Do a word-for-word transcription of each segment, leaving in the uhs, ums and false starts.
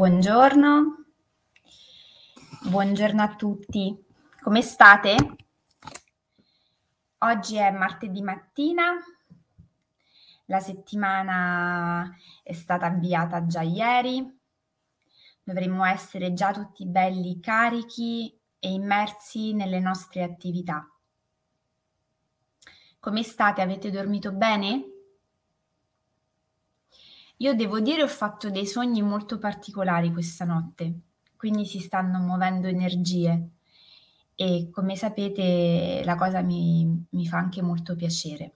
Buongiorno. Buongiorno a tutti. Come state? Oggi è martedì mattina. La settimana è stata avviata già ieri. Dovremmo essere già tutti belli carichi e immersi nelle nostre attività. Come state? Avete dormito bene? Io devo dire ho fatto dei sogni molto particolari questa notte, quindi si stanno muovendo energie e come sapete la cosa mi mi fa anche molto piacere.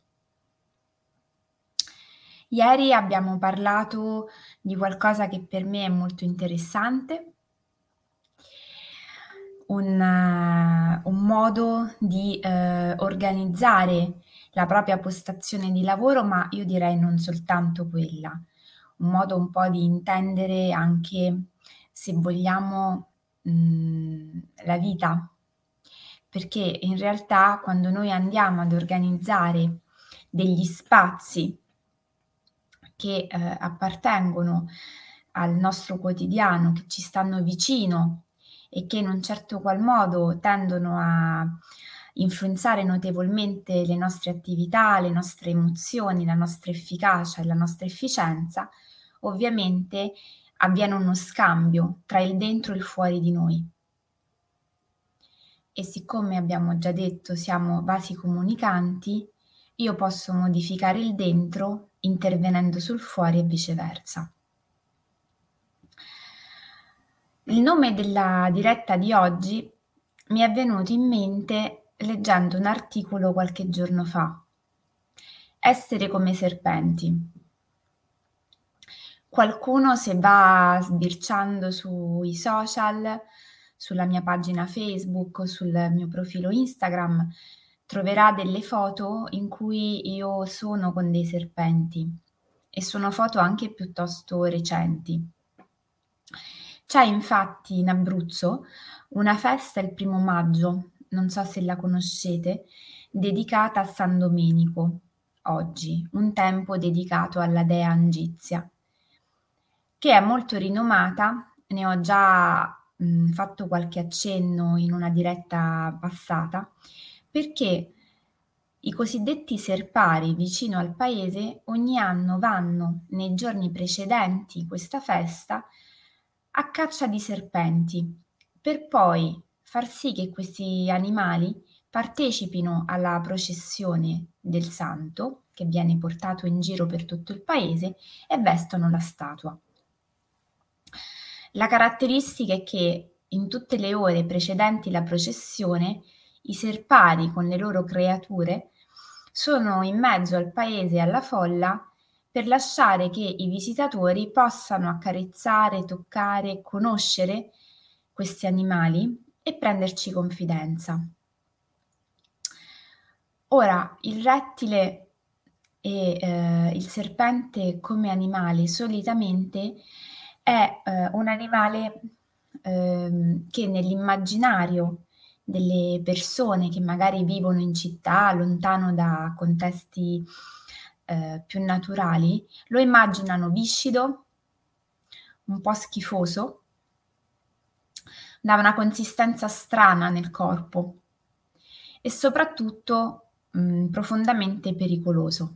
Ieri abbiamo parlato di qualcosa che per me è molto interessante un un modo di, ehm, organizzare la propria postazione di lavoro, ma io direi non soltanto quella. Un modo un po' di intendere anche, se vogliamo, mhmm, la vita. Perché in realtà quando noi andiamo ad organizzare degli spazi che, ehm, appartengono al nostro quotidiano, che ci stanno vicino e che in un certo qual modo tendono a influenzare notevolmente le nostre attività, le nostre emozioni, la nostra efficacia e la nostra efficienza, ovviamente avviene uno scambio tra il dentro e il fuori di noi. E siccome abbiamo già detto siamo vasi comunicanti, io posso modificare il dentro intervenendo sul fuori e viceversa. Il nome della diretta di oggi mi è venuto in mente leggendo un articolo qualche giorno fa. Essere come serpenti. Qualcuno se va sbirciando sui social, sulla mia pagina Facebook o sul mio profilo Instagram, troverà delle foto in cui io sono con dei serpenti e sono foto anche piuttosto recenti. C'è infatti in Abruzzo una festa il primo maggio, non so se la conoscete, dedicata a San Domenico, oggi, un tempo dedicato alla dea Angizia, che è molto rinomata, ne ho già, mhmm, fatto qualche accenno in una diretta passata, perché i cosiddetti serpari vicino al paese ogni anno vanno, nei giorni precedenti questa festa, a caccia di serpenti, per poi far sì che questi animali partecipino alla processione del santo, che viene portato in giro per tutto il paese, e vestono la statua. La caratteristica è che in tutte le ore precedenti la processione, i serpari con le loro creature sono in mezzo al paese e alla folla per lasciare che i visitatori possano accarezzare, toccare, conoscere questi animali e prenderci confidenza. Ora, il rettile e, ehm, il serpente come animale solitamente è, ehm, un animale, ehm, che nell'immaginario delle persone che magari vivono in città, lontano da contesti, ehm, più naturali, lo immaginano viscido, un po' schifoso, da una consistenza strana nel corpo e soprattutto, mhmm, profondamente pericoloso.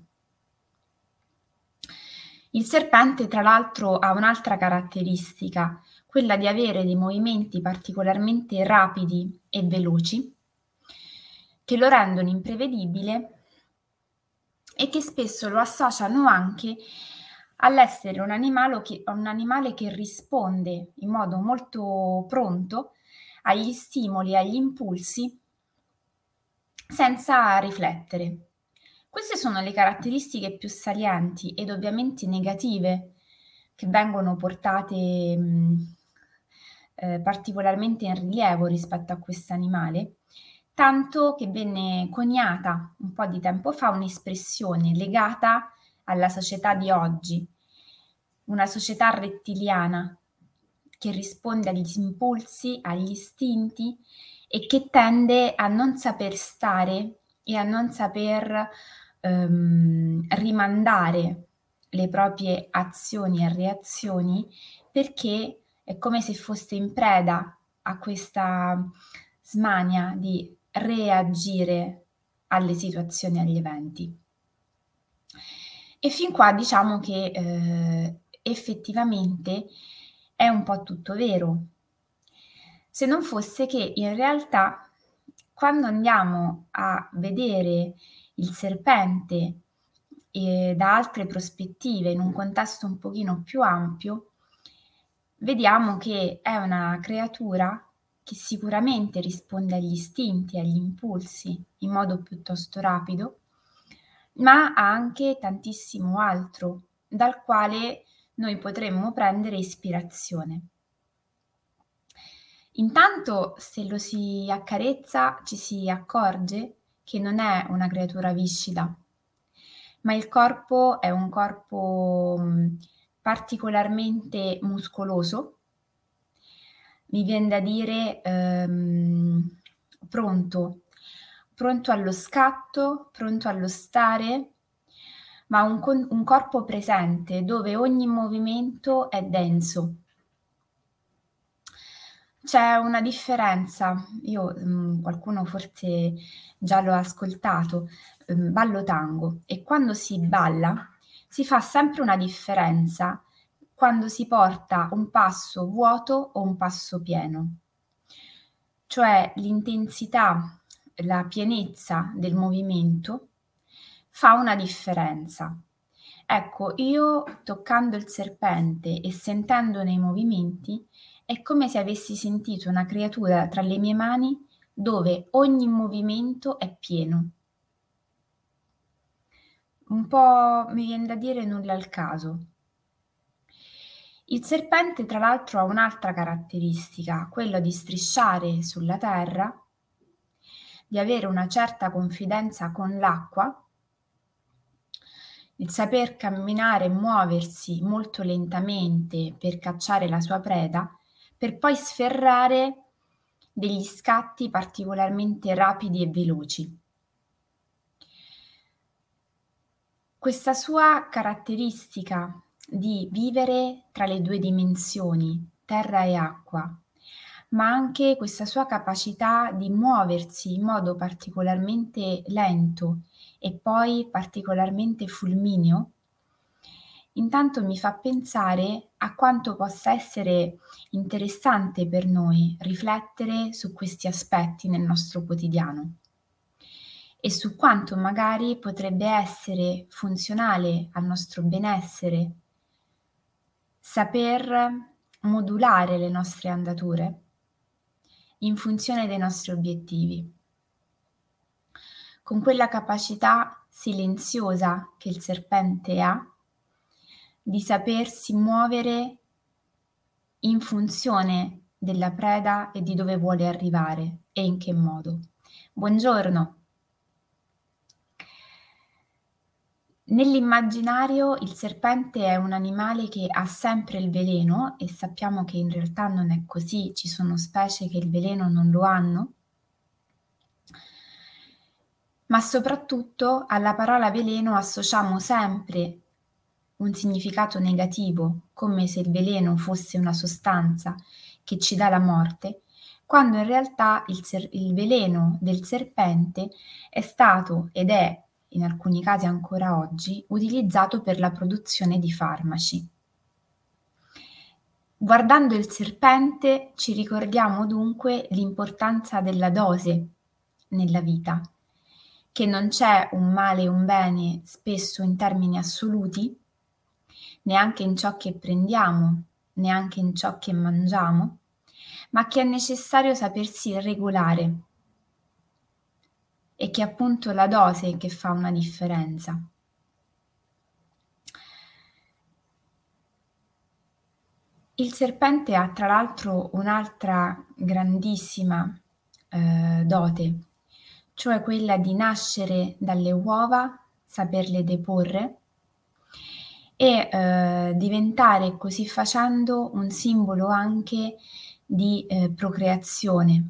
Il serpente tra l'altro ha un'altra caratteristica, quella di avere dei movimenti particolarmente rapidi e veloci, che lo rendono imprevedibile e che spesso lo associano anche all'essere un animalo che un animale che risponde in modo molto pronto agli stimoli e agli impulsi senza riflettere. Queste sono le caratteristiche più salienti ed ovviamente negative che vengono portate, mhmm, ehm, particolarmente in rilievo rispetto a quest'animale, tanto che venne coniata un po' di tempo fa un'espressione legata alla società di oggi, una società rettiliana che risponde agli s impulsi, agli istinti e che tende a non saper stare e a non saper, uhm, rimandare le proprie azioni e reazioni perché È come se fosse in preda a questa smania di reagire alle situazioni e agli eventi. E fin qua diciamo che, ehm, effettivamente è un po' tutto vero. Se non fosse che in realtà quando andiamo a vedere il serpente, ehm, da altre prospettive, in un contesto un pochino più ampio, vediamo che è una creatura che sicuramente risponde agli istinti, agli impulsi in modo piuttosto rapido, ma ha anche tantissimo altro dal quale noi potremmo prendere ispirazione. Intanto, se lo si accarezza, ci si accorge che non è una creatura viscida, ma il corpo è un corpo, mhmm, particolarmente muscoloso, mi vien da dire, ehm, pronto, pronto allo scatto, pronto allo stare, ma un con un corpo presente, dove ogni movimento è denso. C'è una differenza, io mhmm, qualcuno forse già lo ha ascoltato, uhm, ballo tango e quando si balla si fa sempre una differenza quando si porta un passo vuoto o un passo pieno. Cioè l'intensità, la pienezza del movimento fa una differenza. Ecco, io toccando il serpente e sentendone i movimenti, è come se avessi sentito una creatura tra le mie mani dove ogni movimento è pieno. Un po' mi vien da dire nulla al caso. Il serpente tra l'altro ha un'altra caratteristica, quello di strisciare sulla terra, di avere una certa confidenza con l'acqua, il saper camminare e muoversi molto lentamente per cacciare la sua preda, per poi sferrare degli scatti particolarmente rapidi e veloci. Questa sua caratteristica di vivere tra le due dimensioni, terra e acqua, ma anche questa sua capacità di muoversi in modo particolarmente lento e poi particolarmente fulmineo, intanto mi fa pensare a quanto possa essere interessante per noi riflettere su questi aspetti nel nostro quotidiano e su quanto magari potrebbe essere funzionale al nostro benessere saper modulare le nostre andature in funzione dei nostri obiettivi. Con quella capacità silenziosa che il serpente ha di sapersi muovere in funzione della preda e di dove vuole arrivare e in che modo. Buongiorno. Nell'immaginario il serpente è un animale che ha sempre il veleno e sappiamo che in realtà non è così, ci sono specie che il veleno non lo hanno. Ma soprattutto alla parola veleno associamo sempre un significato negativo, come se il veleno fosse una sostanza che ci dà la morte, quando in realtà il ser il veleno del serpente è stato ed è, in alcuni casi ancora oggi, utilizzato per la produzione di farmaci. Guardando il serpente ci ricordiamo dunque l'importanza della dose nella vita, che non c'è un male e un bene spesso in termini assoluti, neanche in ciò che prendiamo, neanche in ciò che mangiamo, ma che è necessario sapersi regolare e che è appunto la dose che fa una differenza. Il serpente ha tra l'altro un'altra grandissima, ehm, dote, cioè quella di nascere dalle uova, saperle deporre e, ehm, diventare così facendo un simbolo anche di, ehm, procreazione.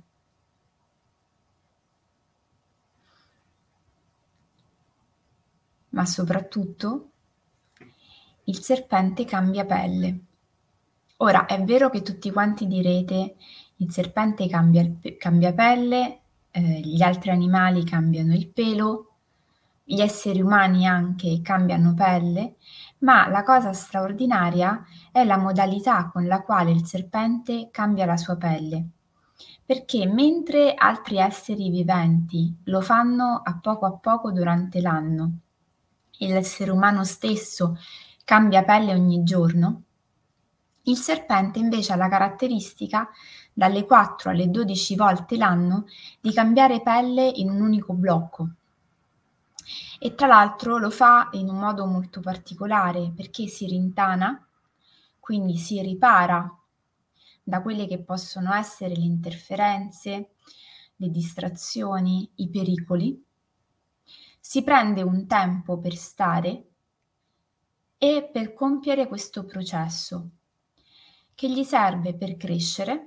Ma soprattutto il serpente cambia pelle. Ora, è vero che tutti quanti direte: "Il serpente cambia il p cambia pelle, ehm, gli altri animali cambiano il pelo, gli esseri umani anche cambiano pelle", ma la cosa straordinaria è la modalità con la quale il serpente cambia la sua pelle. Perché mentre altri esseri viventi lo fanno a poco a poco durante l'anno e l'essere umano stesso cambia pelle ogni giorno, il serpente invece ha la caratteristica, dalle quattro alle dodici volte l'anno, di cambiare pelle in un unico blocco. E tra l'altro lo fa in un modo molto particolare, perché si rintana, quindi si ripara da quelle che possono essere le interferenze, le distrazioni, i pericoli, si prende un tempo per stare e per compiere questo processo, che gli serve per crescere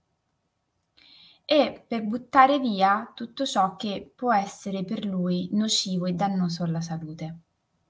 e per buttare via tutto ciò che può essere per lui nocivo e dannoso alla salute.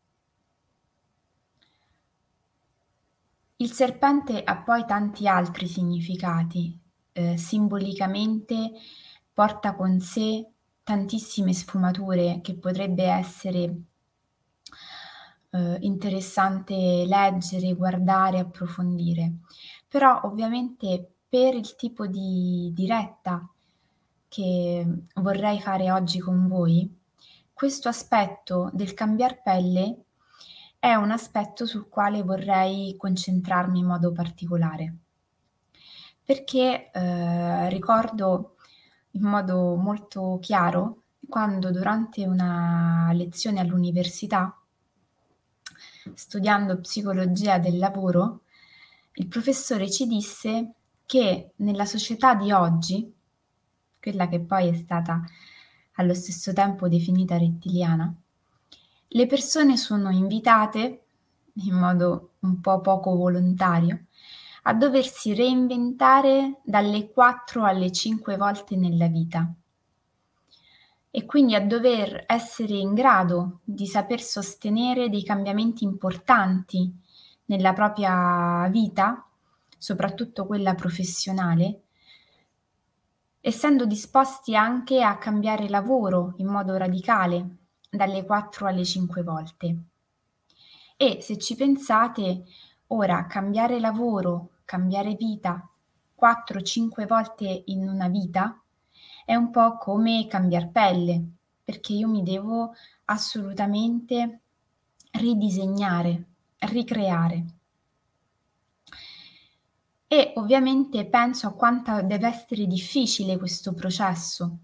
Il serpente ha poi tanti altri significati. Ehm, simbolicamente porta con sé tantissime sfumature che potrebbe essere, uhm, interessante leggere, guardare, approfondire. Però ovviamente per il tipo di diretta che vorrei fare oggi con voi, questo aspetto del cambiar pelle è un aspetto sul quale vorrei concentrarmi in modo particolare. Perché, uhm, ricordo in modo molto chiaro quando durante una lezione all'università, studiando psicologia del lavoro, il professore ci disse che nella società di oggi, quella che poi è stata allo stesso tempo definita rettiliana, le persone sono invitate, in modo un po' poco volontario, a doversi reinventare dalle quattro alle cinque volte nella vita e quindi a dover essere in grado di saper sostenere dei cambiamenti importanti nella propria vita, soprattutto quella professionale, essendo disposti anche a cambiare lavoro in modo radicale dalle quattro alle cinque volte. E se ci pensate, ora cambiare lavoro, cambiare vita quattro, cinque volte in una vita è un po' come cambiar pelle, perché io mi devo assolutamente ridisegnare, ricreare. E ovviamente penso a quanta deve essere difficile questo processo.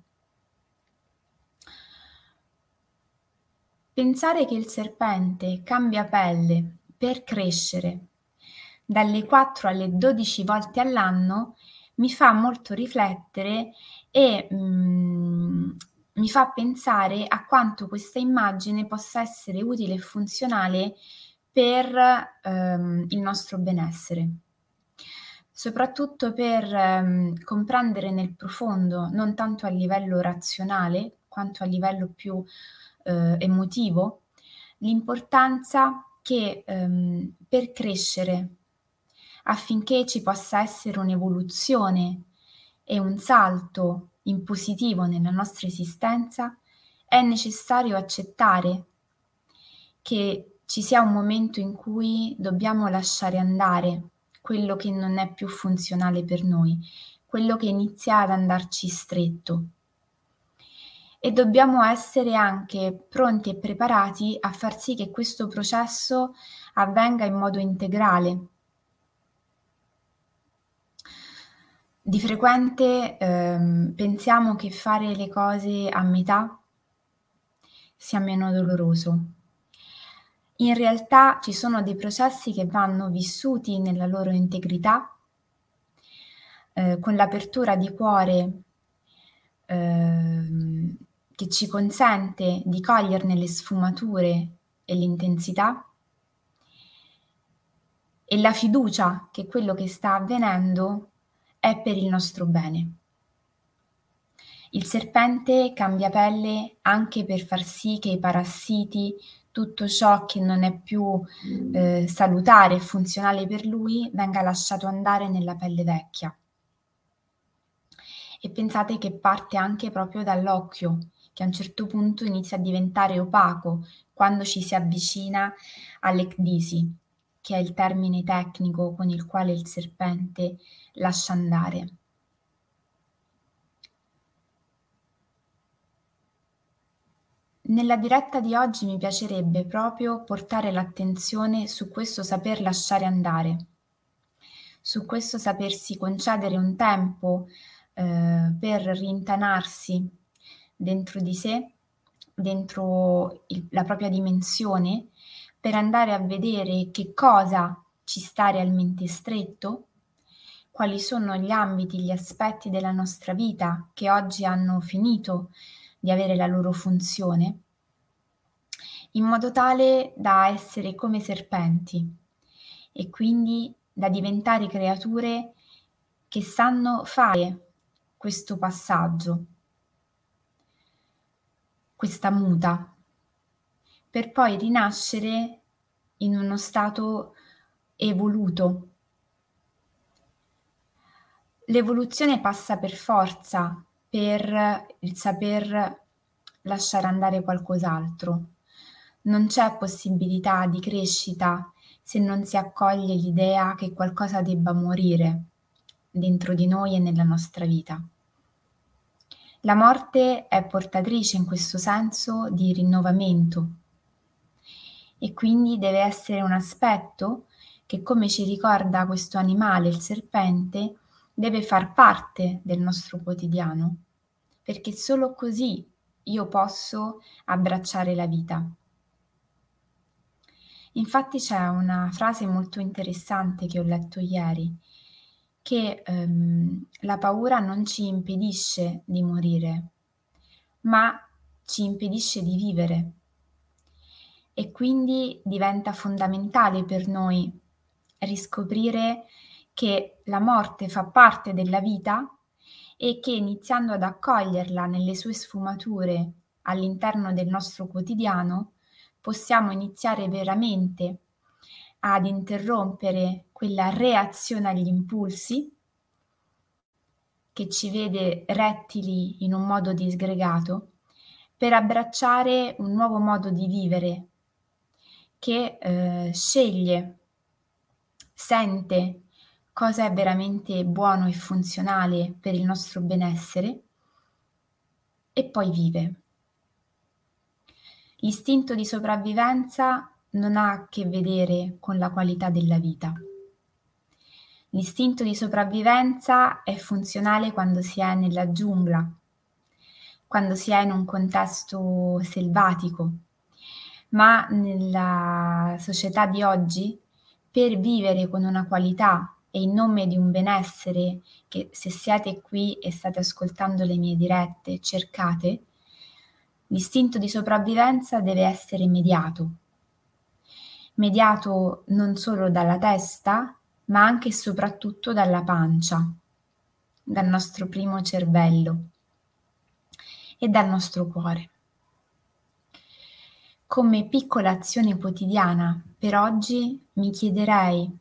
Pensare che il serpente cambia pelle per crescere dalle quattro alle dodici volte all'anno mi fa molto riflettere e, mhmm, mi fa pensare a quanto questa immagine possa essere utile e funzionale per, uhm, il nostro benessere. Soprattutto per, mhmm, comprendere nel profondo, non tanto a livello razionale, quanto a livello più, uhm, emotivo, l'importanza che, uhm, per crescere, affinché ci possa essere un'evoluzione e un salto in positivo nella nostra esistenza, è necessario accettare che ci sia un momento in cui dobbiamo lasciare andare quello che non è più funzionale per noi, quello che inizia ad andarci stretto. E dobbiamo essere anche pronti e preparati a far sì che questo processo avvenga in modo integrale. Di frequente, ehm, pensiamo che fare le cose a metà sia meno doloroso. In realtà ci sono dei processi che vanno vissuti nella loro integrità, ehm, con l'apertura di cuore, ehm, che ci consente di coglierne le sfumature e l'intensità e la fiducia che quello che sta avvenendo è per il nostro bene. Il serpente cambia pelle anche per far sì che i parassiti tutto ciò che non è più eh, salutare e funzionale per lui venga lasciato andare nella pelle vecchia. E pensate che parte anche proprio dall'occhio, che a un certo punto inizia a diventare opaco quando ci si avvicina all'ecdisi, che è il termine tecnico con il quale il serpente lascia andare. Nella diretta di oggi mi piacerebbe proprio portare l'attenzione su questo saper lasciare andare, su questo sapersi concedere un tempo eh, per rintanarsi dentro di sé, dentro il- la propria dimensione, per andare a vedere che cosa ci sta realmente stretto, quali sono gli ambiti, gli aspetti della nostra vita che oggi hanno finito di avere la loro funzione, in modo tale da essere come serpenti e quindi da diventare creature che sanno fare questo passaggio, questa muta, per poi rinascere in uno stato evoluto. L'evoluzione passa per forza per il saper lasciare andare qualcos'altro. Non c'è possibilità di crescita se non si accoglie l'idea che qualcosa debba morire dentro di noi e nella nostra vita. La morte è portatrice in questo senso di rinnovamento e quindi deve essere un aspetto che, come ci ricorda questo animale, il serpente, deve far parte del nostro quotidiano, perché solo così io posso abbracciare la vita. Infatti c'è una frase molto interessante che ho letto ieri, che ehm, la paura non ci impedisce di morire, ma ci impedisce di vivere. E quindi diventa fondamentale per noi riscoprire che la morte fa parte della vita e che iniziando ad accoglierla nelle sue sfumature all'interno del nostro quotidiano, possiamo iniziare veramente ad interrompere quella reazione agli impulsi che ci vede rettili in un modo disgregato, per abbracciare un nuovo modo di vivere che eh, sceglie, sente cosa è veramente buono e funzionale per il nostro benessere e poi vive. L'istinto di sopravvivenza non ha a che vedere con la qualità della vita. L'istinto di sopravvivenza è funzionale quando si è nella giungla, quando si è in un contesto selvatico, ma nella società di oggi, per vivere con una qualità e in nome di un benessere che, se siete qui e state ascoltando le mie dirette, cercate, l'istinto di sopravvivenza deve essere mediato. Mediato non solo dalla testa, ma anche e soprattutto dalla pancia, dal nostro primo cervello e dal nostro cuore. Come piccola azione quotidiana per oggi mi chiederei: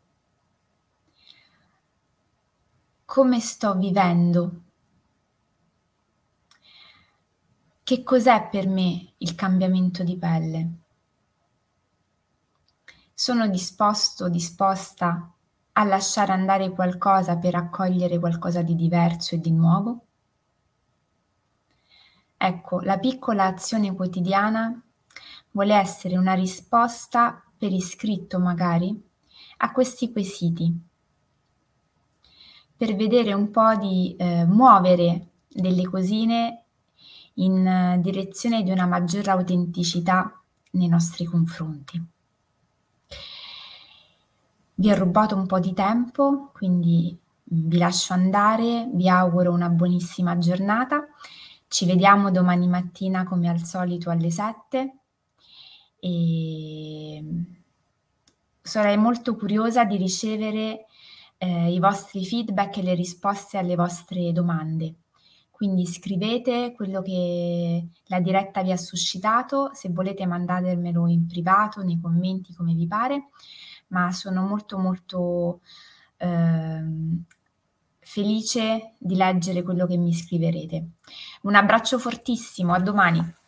come sto vivendo? Che cos'è per me il cambiamento di pelle? Sono disposto, disposta a lasciare andare qualcosa per accogliere qualcosa di diverso e di nuovo? Ecco, la piccola azione quotidiana vuole essere una risposta per iscritto magari a questi quesiti, per vedere un po' di eh, muovere delle cosine in eh, direzione di una maggiore autenticità nei nostri confronti. Vi ho rubato un po' di tempo, quindi vi lascio andare, vi auguro una buonissima giornata. Ci vediamo domani mattina come al solito alle sette e sarei molto curiosa di ricevere eh, i vostri feedback e le risposte alle vostre domande. quindi scrivete quello che la diretta vi ha suscitato, se volete mandatemelo in privato, nei commenti, come vi pare, ma sono molto, molto, ehm, felice di leggere quello che mi scriverete. Un abbraccio fortissimo, a domani.